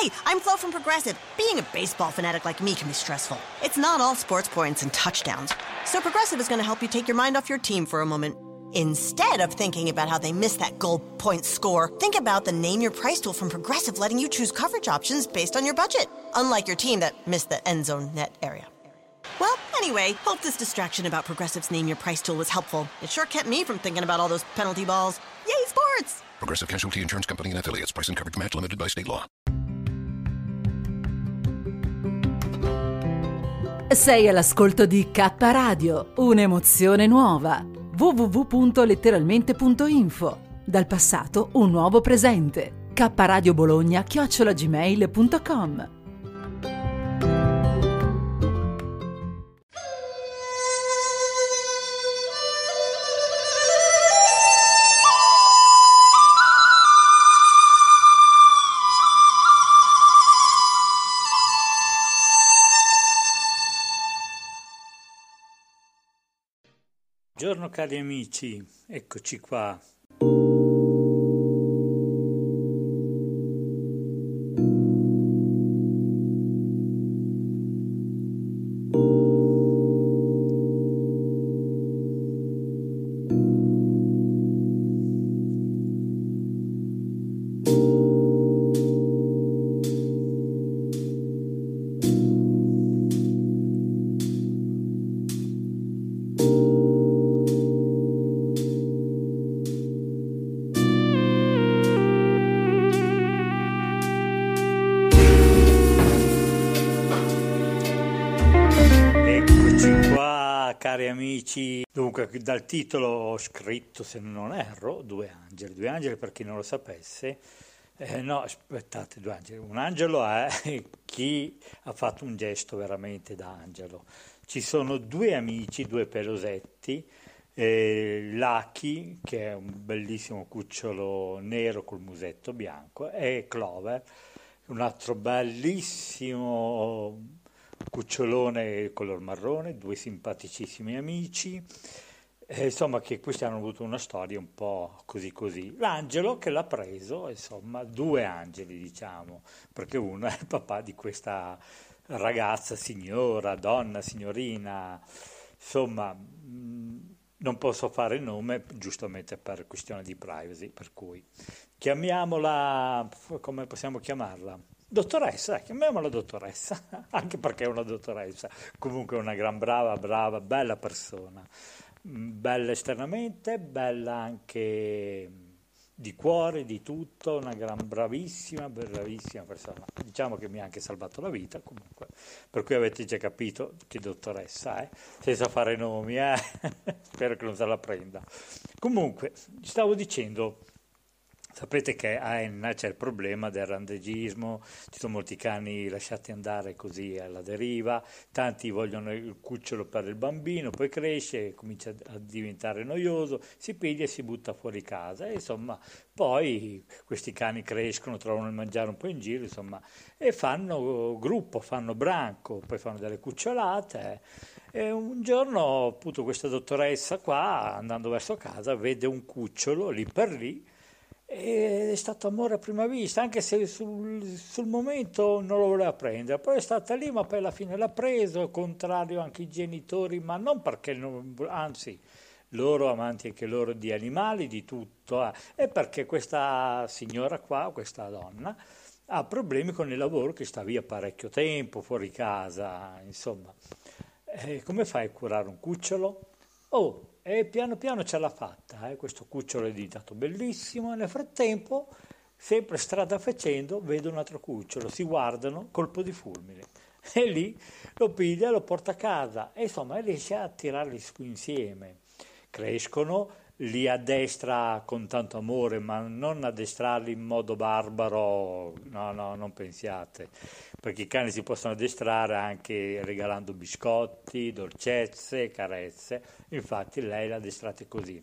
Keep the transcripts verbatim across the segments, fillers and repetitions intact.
Hi, I'm Flo from Progressive. Being a baseball fanatic like me can be stressful. It's not all sports points and touchdowns. So Progressive is going to help you take your mind off your team for a moment. Instead of thinking about how they missed that goal point score, think about the Name Your Price tool from Progressive, letting you choose coverage options based on your budget, unlike your team that missed the end zone net area. Well, anyway, hope this distraction about Progressive's Name Your Price tool was helpful. It sure kept me from thinking about all those penalty balls. Yay, sports! Progressive Casualty Insurance Company and Affiliates. Price and coverage match limited by state law. Sei all'ascolto di K Radio, un'emozione nuova. w w w punto letteralmente punto info. Dal passato un nuovo presente. K Radio Bologna chiocciola gmail punto com. Buongiorno cari amici, eccoci qua. Cari amici, dunque dal titolo ho scritto, se non erro, due angeli, due angeli per chi non lo sapesse, eh, no aspettate, due angeli, un angelo è chi ha fatto un gesto veramente da angelo, ci sono due amici, due pelosetti, eh, Lucky che è un bellissimo cucciolo nero col musetto bianco e Clover, un altro bellissimo cucciolone color marrone, due simpaticissimi amici, eh, insomma che questi hanno avuto una storia un po' così così. L'angelo che l'ha preso, insomma, due angeli diciamo, perché uno è il papà di questa ragazza, signora, donna, signorina, insomma, mh, non posso fare il nome giustamente per questione di privacy, per cui chiamiamola, come possiamo chiamarla? Dottoressa, eh, chiamiamola dottoressa, anche perché è una dottoressa, comunque una gran brava, brava, bella persona, bella esternamente, bella anche di cuore, di tutto, una gran bravissima, bravissima persona. Diciamo che mi ha anche salvato la vita comunque, per cui avete già capito che dottoressa, eh? Senza fare nomi, eh? Spero che non se la prenda. Comunque, stavo dicendo... Sapete che a Enna c'è il problema del randagismo, ci sono molti cani lasciati andare così alla deriva, tanti vogliono il cucciolo per il bambino, poi cresce, comincia a diventare noioso, si piglia e si butta fuori casa e insomma poi questi cani crescono, trovano il mangiare un po' in giro insomma e fanno gruppo, fanno branco, poi fanno delle cucciolate. E un giorno appunto questa dottoressa qua andando verso casa vede un cucciolo lì per lì, ed è stato amore a prima vista, anche se sul, sul momento non lo voleva prendere, poi è stata lì, ma poi alla fine l'ha preso, contrario anche i genitori, ma non perché, non, anzi, loro amanti anche loro di animali, di tutto, eh, è perché questa signora qua, questa donna, ha problemi con il lavoro, che sta via parecchio tempo, fuori casa, insomma. Eh, come fai a curare un cucciolo? Oh, e piano piano ce l'ha fatta, eh? Questo cucciolo è diventato bellissimo, nel frattempo, sempre strada facendo, vede un altro cucciolo, si guardano, colpo di fulmine, e lì lo piglia, lo porta a casa, e insomma riesce a tirarli su insieme, crescono, li addestra con tanto amore, ma non addestrarli in modo barbaro, no, no, non pensiate, perché i cani si possono addestrare anche regalando biscotti, dolcezze, carezze, infatti lei l'ha addestrata così.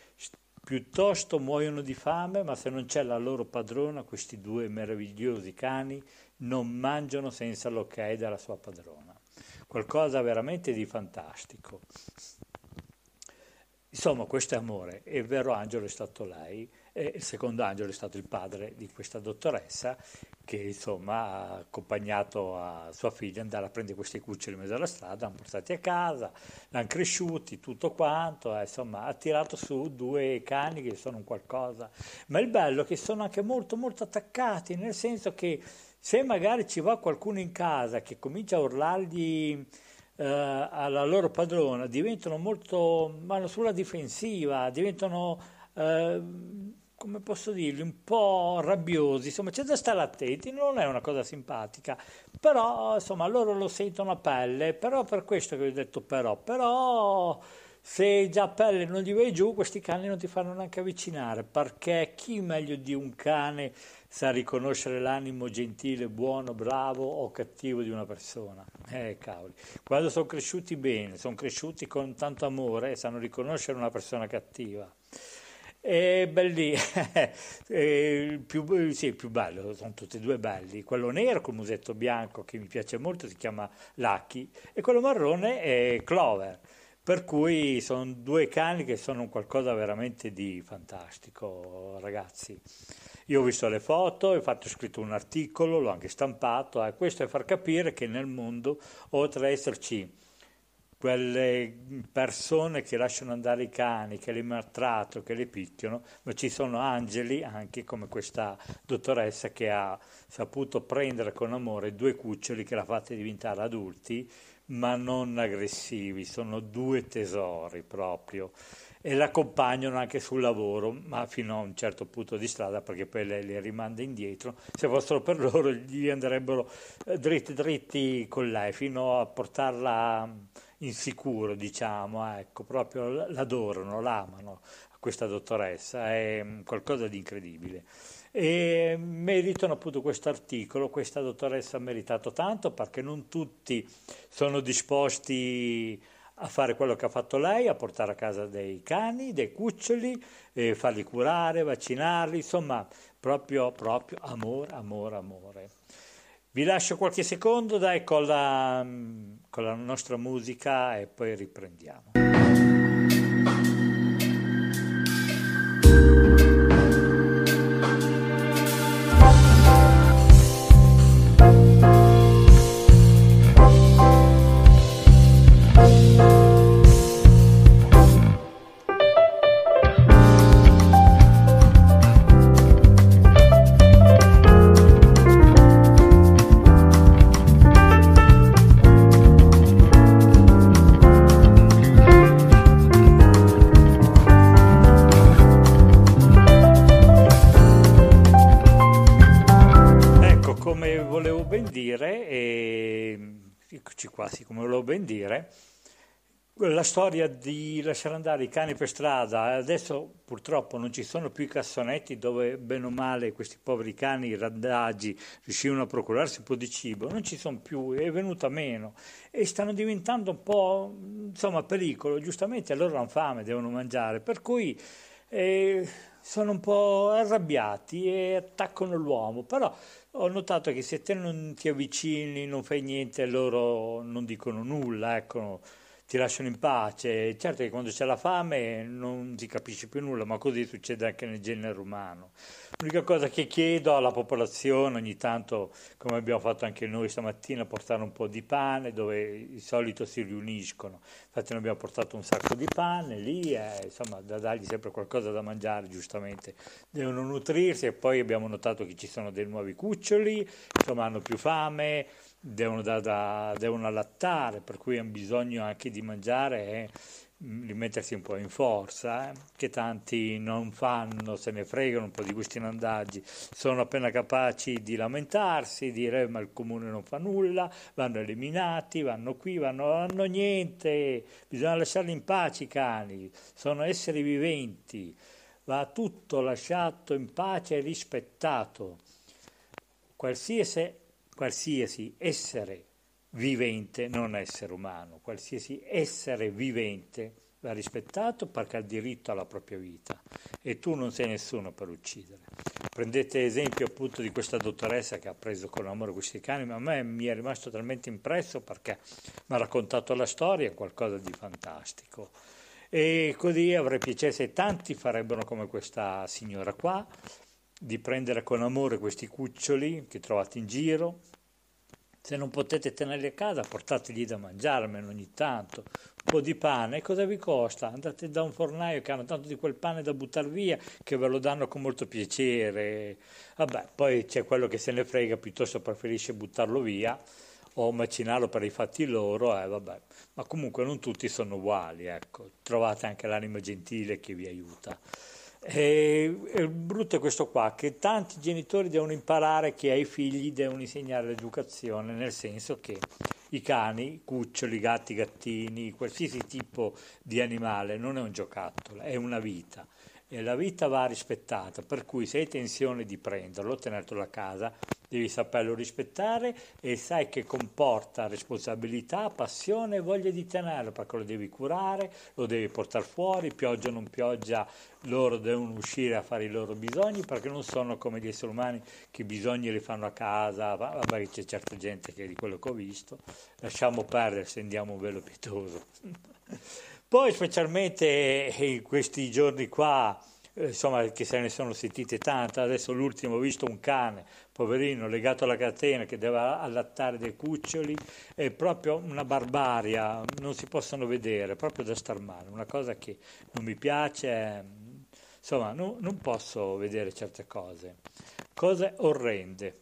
Piuttosto muoiono di fame, ma se non c'è la loro padrona, questi due meravigliosi cani non mangiano senza l'ok della sua padrona. Qualcosa veramente di fantastico. Insomma, questo è amore, e il vero angelo è stato lei, E il secondo angelo è stato il padre di questa dottoressa che insomma ha accompagnato a sua figlia ad andare a prendere questi cuccioli in mezzo alla strada, l'hanno portati a casa, l'hanno cresciuti, tutto quanto, eh, insomma ha tirato su due cani che sono un qualcosa, ma il bello è che sono anche molto molto attaccati, nel senso che se magari ci va qualcuno in casa che comincia a urlargli eh, alla loro padrona, diventano molto, vanno sulla difensiva, diventano... Eh, come posso dirli, un po' rabbiosi, insomma c'è da stare attenti, non è una cosa simpatica, però insomma loro lo sentono a pelle, però per questo che ho detto però, però se già a pelle non gli vai giù, questi cani non ti fanno neanche avvicinare, perché chi meglio di un cane sa riconoscere l'animo gentile, buono, bravo o cattivo di una persona? Eh cavoli, quando sono cresciuti bene, sono cresciuti con tanto amore, sanno riconoscere una persona cattiva. E belli, eh, il più, sì, il più bello, sono tutti e due belli. Quello nero col musetto bianco che mi piace molto si chiama Lucky e quello marrone è Clover, per cui sono due cani che sono qualcosa veramente di fantastico, ragazzi. Io ho visto le foto, ho fatto ho scritto un articolo, l'ho anche stampato, e questo è far capire che nel mondo, oltre ad esserci quelle persone che lasciano andare i cani, che li maltrattano, che li picchiano, ma ci sono angeli anche come questa dottoressa che ha saputo prendere con amore due cuccioli che l'ha fatti diventare adulti, ma non aggressivi, sono due tesori proprio. E l'accompagnano anche sul lavoro, ma fino a un certo punto di strada, perché poi lei li rimanda indietro. Se fossero per loro, gli andrebbero dritti dritti con lei, fino a portarla insicuro, diciamo, ecco, proprio l'adorano, l'amano a questa dottoressa, è qualcosa di incredibile. E meritano appunto questo articolo, questa dottoressa ha meritato tanto perché non tutti sono disposti a fare quello che ha fatto lei, a portare a casa dei cani, dei cuccioli, e farli curare, vaccinarli, insomma, proprio, proprio amore, amore, amore. Vi lascio qualche secondo, dai, con la, con la nostra musica e poi riprendiamo. Eccoci qua, sì, come volevo ben dire, la storia di lasciare andare i cani per strada, adesso purtroppo non ci sono più i cassonetti dove bene o male questi poveri cani randagi riuscivano a procurarsi un po' di cibo, non ci sono più, è venuta meno e stanno diventando un po', insomma, pericolo, giustamente loro hanno fame, devono mangiare, per cui eh, sono un po' arrabbiati e attaccano l'uomo, però ho notato che se te non ti avvicini, non fai niente, loro non dicono nulla, ecco, ti lasciano in pace. Certo che quando c'è la fame non si capisce più nulla, ma così succede anche nel genere umano. L'unica cosa che chiedo alla popolazione, ogni tanto, come abbiamo fatto anche noi stamattina, portare un po' di pane, dove di solito si riuniscono. Infatti noi abbiamo portato un sacco di pane lì, e, insomma, da dargli sempre qualcosa da mangiare, giustamente. Devono nutrirsi e poi abbiamo notato che ci sono dei nuovi cuccioli, insomma, hanno più fame, devono, da, da, devono allattare, per cui hanno bisogno anche di mangiare e di mettersi un po' in forza, eh? Che tanti non fanno, se ne fregano un po' di questi nandaggi, sono appena capaci di lamentarsi, dire ma il comune non fa nulla, vanno eliminati, vanno qui, vanno, non hanno niente, bisogna lasciarli in pace i cani, sono esseri viventi, va tutto lasciato in pace e rispettato. Qualsiasi, qualsiasi essere vivente, non essere umano, qualsiasi essere vivente va rispettato perché ha il diritto alla propria vita e tu non sei nessuno per uccidere. Prendete esempio appunto di questa dottoressa che ha preso con amore questi cani, ma a me mi è rimasto talmente impresso perché mi ha raccontato la storia, qualcosa di fantastico. E così avrei piacere se tanti farebbero come questa signora qua, di prendere con amore questi cuccioli che trovate in giro. Se non potete tenerli a casa, portategli da mangiare almeno ogni tanto. Un po' di pane, cosa vi costa? Andate da un fornaio che hanno tanto di quel pane da buttare via, che ve lo danno con molto piacere. Vabbè, poi c'è quello che se ne frega, piuttosto preferisce buttarlo via o macinarlo per i fatti loro, eh, vabbè. Ma comunque non tutti sono uguali, ecco. Trovate anche l'anima gentile che vi aiuta. E, e il brutto è questo qua, che tanti genitori devono imparare che ai figli devono insegnare l'educazione, nel senso che i cani, cuccioli, gatti, gattini, qualsiasi tipo di animale non è un giocattolo, è una vita. E la vita va rispettata, per cui se hai intenzione di prenderlo, tenerlo a casa, devi saperlo rispettare e sai che comporta responsabilità, passione e voglia di tenerlo, perché lo devi curare, lo devi portare fuori, pioggia o non pioggia, loro devono uscire a fare i loro bisogni, perché non sono come gli esseri umani che i bisogni li fanno a casa. Vabbè, c'è certa gente che è di quello che ho visto, lasciamo perdere, stendiamo un velo pietoso. Poi specialmente in questi giorni qua, eh, insomma, che se ne sono sentite tante. Adesso l'ultimo ho visto un cane, poverino, legato alla catena, che deve allattare dei cuccioli, è proprio una barbaria, non si possono vedere, proprio da star male, una cosa che non mi piace, insomma, no, non posso vedere certe cose, cose orrende.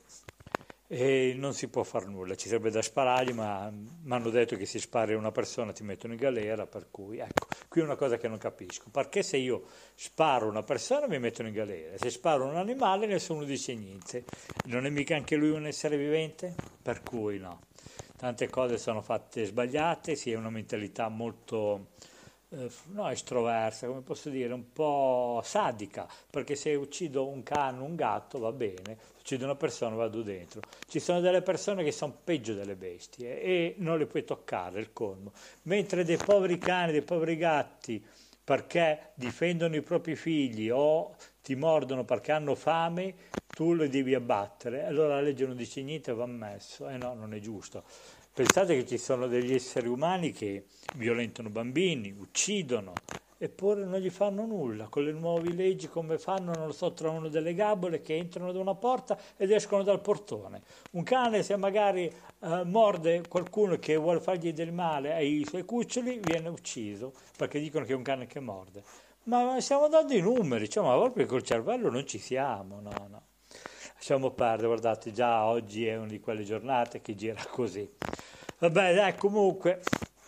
E non si può fare nulla, ci sarebbe da sparargli, ma mi hanno detto che se spari una persona ti mettono in galera, per cui ecco, qui è una cosa che non capisco, perché se io sparo una persona mi mettono in galera, se sparo un animale nessuno dice niente, non è mica anche lui un essere vivente? Per cui no, tante cose sono fatte sbagliate, si è una mentalità molto... Eh, no, estroversa, come posso dire, un po' sadica, perché se uccido un cane, un gatto va bene, uccido una persona vado dentro. Ci sono delle persone che sono peggio delle bestie e non le puoi toccare, il colmo, mentre dei poveri cani, dei poveri gatti, perché difendono i propri figli o ti mordono perché hanno fame, tu li devi abbattere. Allora la legge non dice niente, va ammesso. Eh no, non è giusto. Pensate che ci sono degli esseri umani che violentano bambini, uccidono, eppure non gli fanno nulla. Con le nuove leggi come fanno, non lo so, trovano delle gabole che entrano da una porta ed escono dal portone. Un cane, se magari eh, morde qualcuno che vuole fargli del male ai suoi cuccioli, viene ucciso, perché dicono che è un cane che morde. Ma stiamo dando i numeri, cioè, ma proprio col cervello non ci siamo, no, no. Lasciamo perdere, guardate, già oggi è una di quelle giornate che gira così. Vabbè, dai, comunque,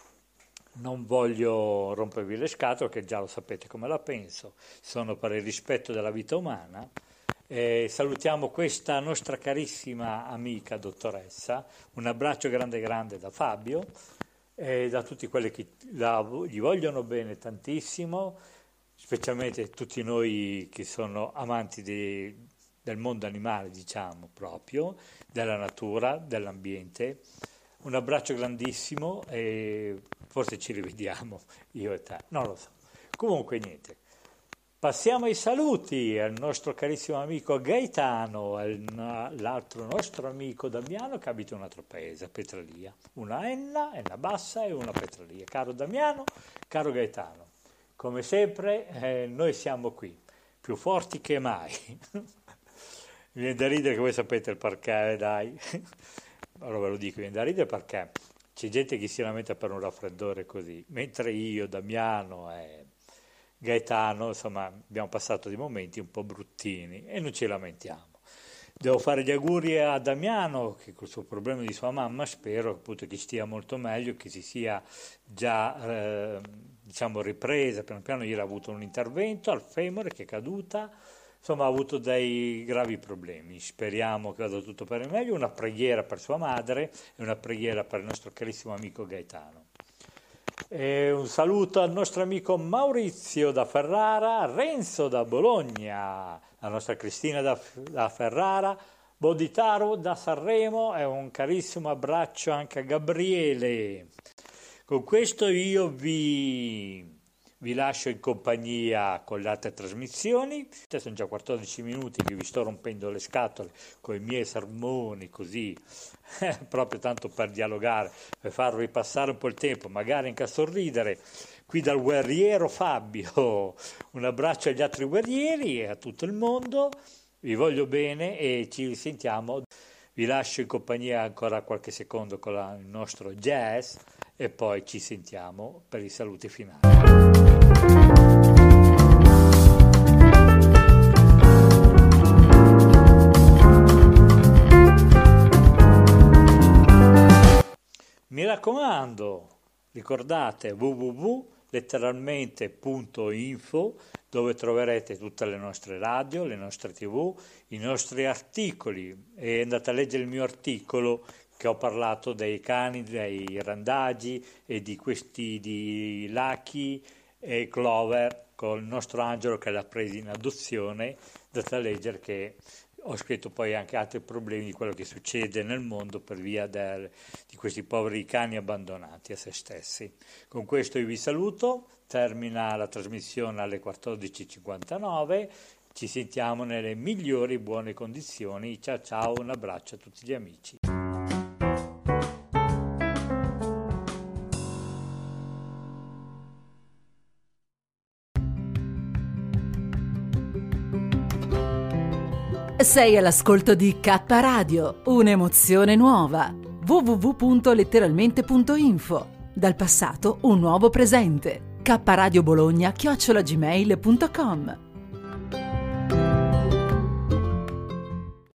non voglio rompervi le scatole, che già lo sapete come la penso, sono per il rispetto della vita umana. Eh, salutiamo questa nostra carissima amica dottoressa, un abbraccio grande grande da Fabio e da tutti quelli che la, gli vogliono bene tantissimo, specialmente tutti noi che sono amanti di... del mondo animale, diciamo, proprio, della natura, dell'ambiente. Un abbraccio grandissimo e forse ci rivediamo io e te, non lo so. Comunque niente, passiamo ai saluti al nostro carissimo amico Gaetano, all'altro nostro amico Damiano che abita in un altro paese, a Petralia. Una Enna, Enna Bassa e una Petralia. Caro Damiano, caro Gaetano, come sempre eh, noi siamo qui, più forti che mai. Mi viene da ridere, che voi sapete il perché, dai. Allora ve lo dico, mi viene da ridere perché c'è gente che si lamenta per un raffreddore così, mentre io, Damiano e Gaetano, insomma, abbiamo passato dei momenti un po' bruttini e non ci lamentiamo. Devo fare gli auguri a Damiano, che col suo problema di sua mamma spero appunto che stia molto meglio, che si sia già eh, diciamo ripresa, piano piano ieri ha avuto un intervento al femore che è caduta. Insomma, ha avuto dei gravi problemi, speriamo che vada tutto per il meglio, una preghiera per sua madre e una preghiera per il nostro carissimo amico Gaetano. E un saluto al nostro amico Maurizio da Ferrara, Renzo da Bologna, la nostra Cristina da, da Ferrara, Boditaro da Sanremo e un carissimo abbraccio anche a Gabriele. Con questo io vi... Vi lascio in compagnia con le altre trasmissioni. Sono già quattordici minuti che vi sto rompendo le scatole con i miei sermoni, così, proprio tanto per dialogare, per farvi passare un po' il tempo, magari anche a sorridere. qui dal guerriero Fabio, un abbraccio agli altri guerrieri e a tutto il mondo, vi voglio bene e ci risentiamo. Vi lascio in compagnia ancora qualche secondo con la, il nostro jazz e poi ci sentiamo per i saluti finali. Mi raccomando, ricordate w w w punto letteralmente punto info dove troverete tutte le nostre radio, le nostre tv, i nostri articoli e andate a leggere il mio articolo che ho parlato dei cani, dei randagi e di questi di Lucky e Clover con il nostro Angelo che l'ha preso in adozione. Andate a leggere che ho scritto poi anche altri problemi di quello che succede nel mondo per via del, di questi poveri cani abbandonati a se stessi. Con questo io vi saluto, termina la trasmissione alle quattordici e cinquantanove, ci sentiamo nelle migliori buone condizioni. Ciao ciao, un abbraccio a tutti gli amici. Sei all'ascolto di K Radio, un'emozione nuova. w w w punto letteralmente punto info. Dal passato un nuovo presente. K Radio Bologna chiocciola gmail punto com.